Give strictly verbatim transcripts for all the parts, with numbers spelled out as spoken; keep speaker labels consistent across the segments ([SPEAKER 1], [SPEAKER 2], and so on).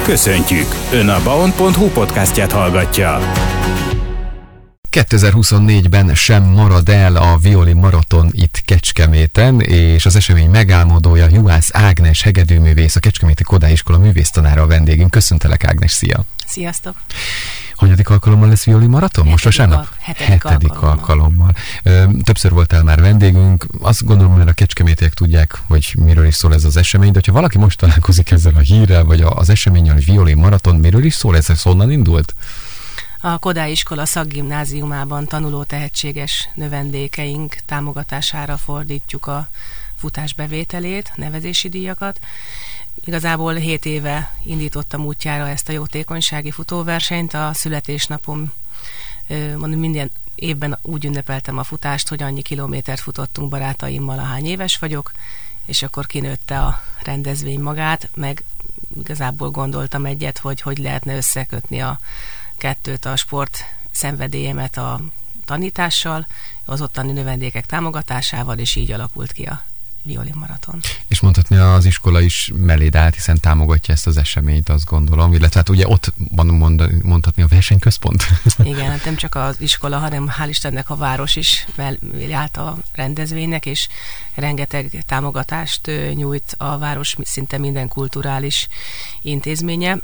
[SPEAKER 1] Köszöntjük! Ön a baon pont hu podcastját hallgatja.
[SPEAKER 2] kétezer-huszonnégyben sem marad el a Violi Maraton itt Kecskeméten, és az esemény megálmodója Juhász Ágnes hegedűművész, a Kecskeméti Kodály Iskola művésztanára a vendégünk. Köszöntelek, Ágnes, szia!
[SPEAKER 3] Sziasztok!
[SPEAKER 2] Hanyadik alkalommal lesz Violi Maraton? Most vasárnap?
[SPEAKER 3] Hetedik,
[SPEAKER 2] Hetedik alkalommal. alkalommal. Többször voltál már vendégünk. Azt gondolom, hogy a kecskemétiek tudják, hogy miről is szól ez az esemény, de ha valaki most találkozik ezzel a hírrel, vagy az eseményen, hogy Violi Maraton, miről is szól ez? Ez honnan indult?
[SPEAKER 3] A Kodály Iskola szakgimnáziumában tanuló tehetséges növendékeink támogatására fordítjuk a futás bevételét, nevezési díjakat. Igazából hét éve indítottam útjára ezt a jótékonysági futóversenyt. A születésnapom, mondom, minden évben úgy ünnepeltem a futást, hogy annyi kilométert futottunk barátaimmal, ahány éves vagyok, és akkor kinőtte a rendezvény magát, meg igazából gondoltam egyet, hogy hogy lehetne összekötni a kettőt, a sport szenvedélyemet a tanítással, az ottani növendékek támogatásával, és így alakult ki a Violi Maraton. És
[SPEAKER 2] mondhatni, az iskola is melléd állt, hiszen támogatja ezt az eseményt, azt gondolom, illetve hát ugye ott van mond, mondhatni a versenyközpont.
[SPEAKER 3] Igen, hát nem csak az iskola, hanem hál' Istennek a város is mellé állt a rendezvénynek, és rengeteg támogatást nyújt a város szinte minden kulturális intézménye.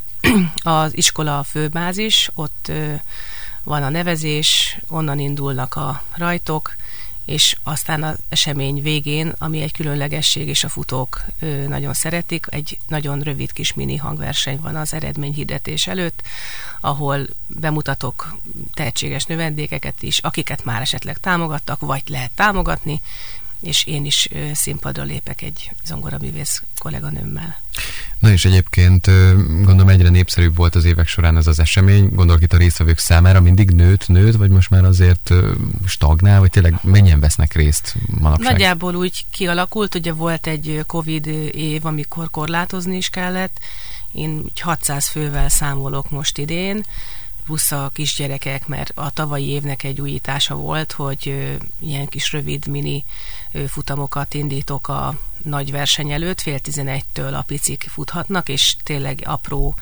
[SPEAKER 3] Az iskola a főbázis, ott van a nevezés, onnan indulnak a rajtok, és aztán az esemény végén, ami egy különlegesség, és a futók nagyon szeretik, egy nagyon rövid kis mini hangverseny van az eredményhirdetés előtt, ahol bemutatok tehetséges növendékeket is, akiket már esetleg támogattak, vagy lehet támogatni, és én is színpadra lépek egy zongoraművész kolléganőmmel.
[SPEAKER 2] Na és egyébként gondolom egyre népszerűbb volt az évek során ez az esemény, gondolok itt a résztvevők számára, mindig nőtt, nőtt, vagy most már azért stagnál, vagy tényleg mennyien vesznek részt manapság?
[SPEAKER 3] Nagyjából úgy kialakult, ugye volt egy Covid év, amikor korlátozni is kellett, én hatszáz fővel számolok most idén, plusz a kisgyerekek, mert a tavalyi évnek egy újítása volt, hogy ilyen kis rövid mini futamokat indítok a nagy verseny előtt, fél tizenegytől a picik futhatnak, és tényleg apró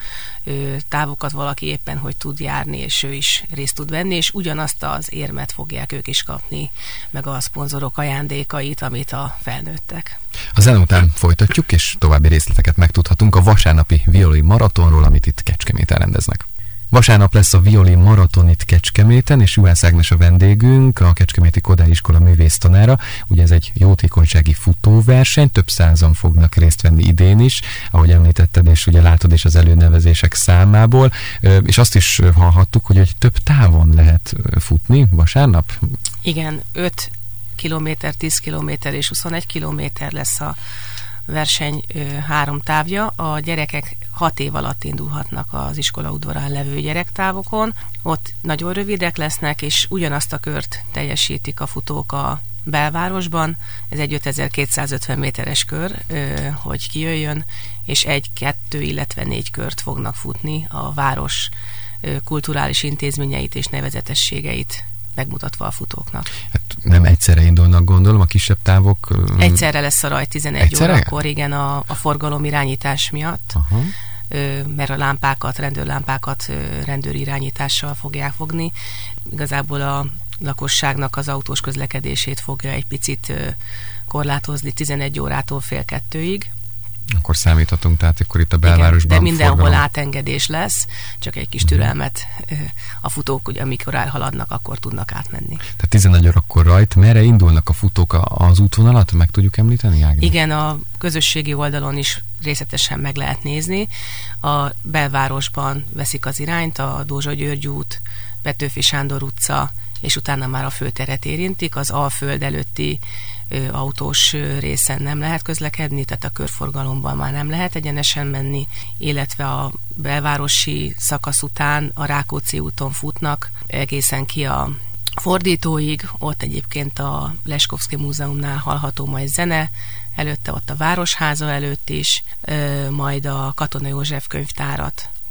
[SPEAKER 3] távokat valaki éppen, hogy tud járni, és ő is részt tud venni, és ugyanazt az érmet fogják ők is kapni, meg a szponzorok ajándékait, amit a felnőttek.
[SPEAKER 2] A zene után folytatjuk, és további részleteket megtudhatunk a vasárnapi Violi Maratonról, amit itt Kecskeméten rendeznek. Vasárnap lesz a Violi Maraton itt Kecskeméten, és Juhász Ágnes a vendégünk, a Kecskeméti Kodály Iskola művésztanára. Ugye ez egy jótékonysági futóverseny, több százan fognak részt venni idén is, ahogy említetted, és ugye látod is az előnevezések számából, és azt is hallhattuk, hogy egy több távon lehet futni vasárnap?
[SPEAKER 3] Igen, öt kilométer, tíz kilométer és huszonegy kilométer lesz a verseny ö, három távja. A gyerekek hat év alatt indulhatnak az iskola udvarán levő gyerektávokon. Ott nagyon rövidek lesznek, és ugyanazt a kört teljesítik a futók a belvárosban. Ez egy ötezer-kétszázötven méteres kör, ö, hogy kijöjjön, és egy, kettő, illetve négy kört fognak futni a város ö, kulturális intézményeit és nevezetességeit megmutatva a futóknak.
[SPEAKER 2] Hát nem egyszerre indulnak, gondolom, a kisebb távok?
[SPEAKER 3] Egyszerre lesz a rajt tizenegy órakor, igen, a, a forgalomirányítás miatt, Aha. Ö, mert a lámpákat, rendőrlámpákat ö, rendőrirányítással fogják fogni. Igazából a lakosságnak az autós közlekedését fogja egy picit ö, korlátozni tizenegy órától fél kettőig.
[SPEAKER 2] Akkor számíthatunk, tehát akkor itt a belvárosban...
[SPEAKER 3] Igen, de mindenhol
[SPEAKER 2] forgalom.
[SPEAKER 3] Átengedés lesz, csak egy kis türelmet a futók, ugye, amikor elhaladnak, akkor tudnak átmenni.
[SPEAKER 2] Tehát tizenegy órakor rajt, merre indulnak a futók az útvonalat? Meg tudjuk említeni, Ágnes?
[SPEAKER 3] Igen, a közösségi oldalon is részletesen meg lehet nézni. A belvárosban veszik az irányt, a Dózsa György út, Petőfi Sándor utca, és utána már a főteret érintik, az Alföld előtti ö, autós ö, részen nem lehet közlekedni, tehát a körforgalomban már nem lehet egyenesen menni, illetve a belvárosi szakasz után a Rákóczi úton futnak egészen ki a fordítóig, ott egyébként a Leskovszky Múzeumnál hallható majd zene, előtte ott a Városháza előtt is, ö, majd a Katona József könyvtárat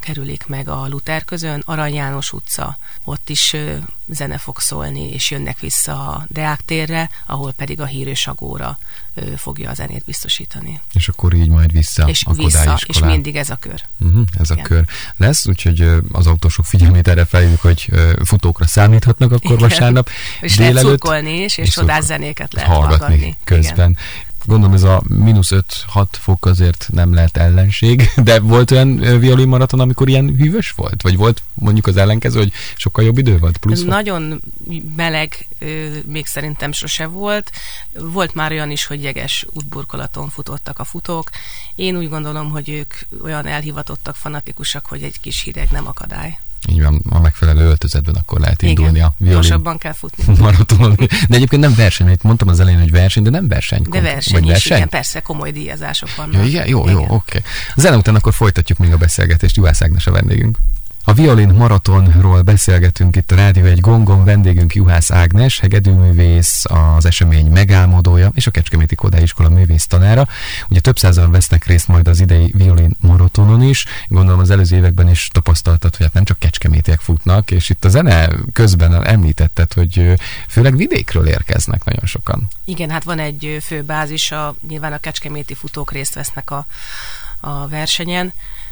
[SPEAKER 3] kerülik meg a Luther közön, Arany János utca, ott is zene fog szólni, és jönnek vissza a Deák térre, ahol pedig a Hír és Agóra fogja a zenét biztosítani.
[SPEAKER 2] És akkor így majd vissza
[SPEAKER 3] és
[SPEAKER 2] a Kodály
[SPEAKER 3] vissza,
[SPEAKER 2] iskolán.
[SPEAKER 3] És mindig ez a kör.
[SPEAKER 2] Uh-huh, ez Igen. a kör lesz, úgyhogy az autósok figyelmét erre felhívjuk, hogy futókra számíthatnak akkor Igen. vasárnap.
[SPEAKER 3] És délelőtt, lehet szurkolni is, és, és csodás zenéket lehet
[SPEAKER 2] hallgatni.
[SPEAKER 3] hallgatni.
[SPEAKER 2] Közben. Igen. Gondolom ez a mínusz öt-hat fok azért nem lehet ellenség, de volt olyan violin maraton, amikor ilyen hűvös volt? Vagy volt mondjuk az ellenkező, hogy sokkal jobb idő volt? Plusz
[SPEAKER 3] Nagyon meleg még szerintem sose volt. Volt már olyan is, hogy jeges útburkolaton futottak a futók. Én úgy gondolom, hogy ők olyan elhivatottak, fanatikusak, hogy egy kis hideg nem akadály.
[SPEAKER 2] Így van, a megfelelő öltözetben akkor lehet indulni. Igen, a violin
[SPEAKER 3] gyorsabban kell futni.
[SPEAKER 2] Maratonon. De egyébként nem verseny, mert mondtam az elején, hogy verseny, de nem verseny.
[SPEAKER 3] De verseny is, verseny? Igen, persze, komoly díjazások vannak.
[SPEAKER 2] Ja, igen, jó, igen. jó, oké. Okay. Zene után akkor folytatjuk még a beszélgetést, Juhász Ágnes a vendégünk. A violin maratonról beszélgetünk itt a Rádió egy gongon, vendégünk Juhász Ágnes, hegedűművész, az esemény megálmodója és a Kecskeméti Kodály Iskola művésztanára. Ugye több százan vesznek részt majd az idei violin maratonon is. Gondolom az előző években is tapasztaltad, hogy hát nem csak kecskemétiek futnak, és itt a zene közben említetted, hogy főleg vidékről érkeznek nagyon sokan.
[SPEAKER 3] Igen, hát van egy fő bázis, a, nyilván a kecskeméti futók részt vesznek a, a versenyen,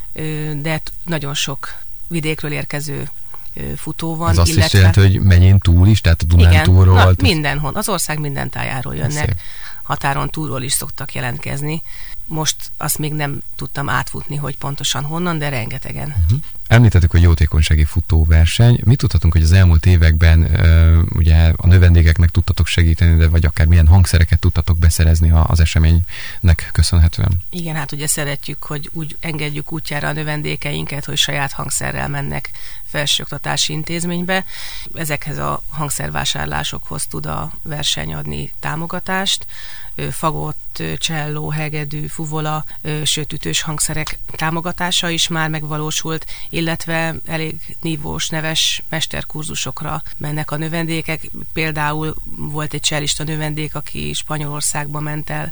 [SPEAKER 3] de nagyon sok vidékről érkező futó van.
[SPEAKER 2] Ez azt illetve... is jelenti, hogy megyén túl is, tehát a Dunántúlról?
[SPEAKER 3] Igen, na, mindenhon, az ország minden tájáról jönnek, Szép. határon túlról is szoktak jelentkezni. Most azt még nem tudtam átfutni, hogy pontosan honnan, de rengetegen. Uh-huh.
[SPEAKER 2] Említettük, hogy jótékonysági futóverseny. Mit tudhatunk, hogy az elmúlt években uh, ugye a növendékeknek tudtatok segíteni, de vagy akár milyen hangszereket tudtatok beszerezni az eseménynek köszönhetően? Igen,
[SPEAKER 3] hát ugye szeretjük, hogy úgy engedjük útjára a növendékeinket, hogy saját hangszerrel mennek felsőoktatási intézménybe. Ezekhez a hangszervásárlásokhoz tud a verseny adni támogatást. Fagott, cselló, hegedű, fuvola, sőt ütős hangszerek támogatása is már megvalósult, illetve elég nívós, neves mesterkurzusokra mennek a növendékek. Például volt egy csellista növendék, aki Spanyolországba ment el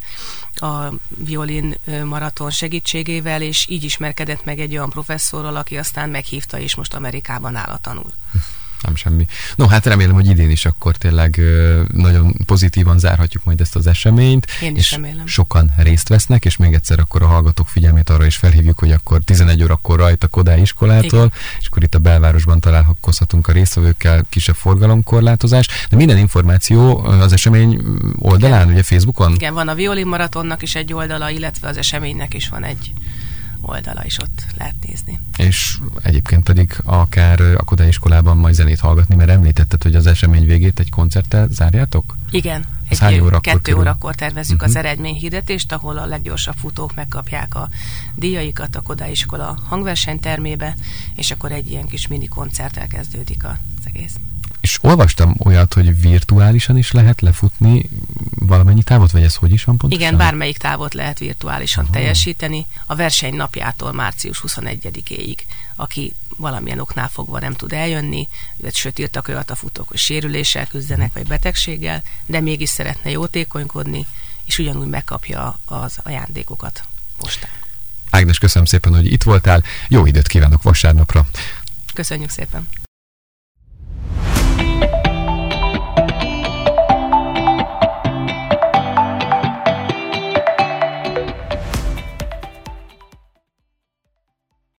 [SPEAKER 3] a violin maraton segítségével, és így ismerkedett meg egy olyan professzorral, aki aztán meghívta, és most Amerikában áll a tanul.
[SPEAKER 2] Nem semmi. No, hát remélem, hogy idén is akkor tényleg nagyon pozitívan zárhatjuk majd ezt az eseményt.
[SPEAKER 3] Én is és remélem.
[SPEAKER 2] Sokan részt vesznek, és még egyszer akkor a hallgatók figyelmét arra is felhívjuk, hogy akkor tizenegy órakor rajta Kodály iskolától, Igen. és akkor itt a belvárosban találkozhatunk a résztvevőkkel, kisebb forgalomkorlátozás, de minden információ az esemény oldalán, Igen. ugye Facebookon?
[SPEAKER 3] Igen, van a violin maratonnak is egy oldala, illetve az eseménynek is van egy oldala, is ott lehet nézni.
[SPEAKER 2] És egyébként pedig akár a Kodály iskolában majd zenét hallgatni, mert említetted, hogy az esemény végét egy koncerttel zárjátok?
[SPEAKER 3] Igen, egy órakor kettő körül? órakor tervezzük uh-huh. az eredményhirdetést, ahol a leggyorsabb futók megkapják a díjaikat a Kodály iskola hangversenytermébe, és akkor egy ilyen kis mini koncerttel kezdődik az egész.
[SPEAKER 2] És olvastam olyat, hogy virtuálisan is lehet lefutni valamennyi távot, vagy ez hogy is van pontosan?
[SPEAKER 3] Igen, bármelyik távot lehet virtuálisan Aha. teljesíteni. A verseny napjától március huszonegyedikéig, aki valamilyen oknál fogva nem tud eljönni, sőt írtak olyat a futók, hogy sérüléssel küzdenek, vagy betegséggel, de mégis szeretne jótékonykodni, és ugyanúgy megkapja az ajándékokat postán.
[SPEAKER 2] Ágnes, köszönöm szépen, hogy itt voltál. Jó időt kívánok vasárnapra!
[SPEAKER 3] Köszönjük szépen!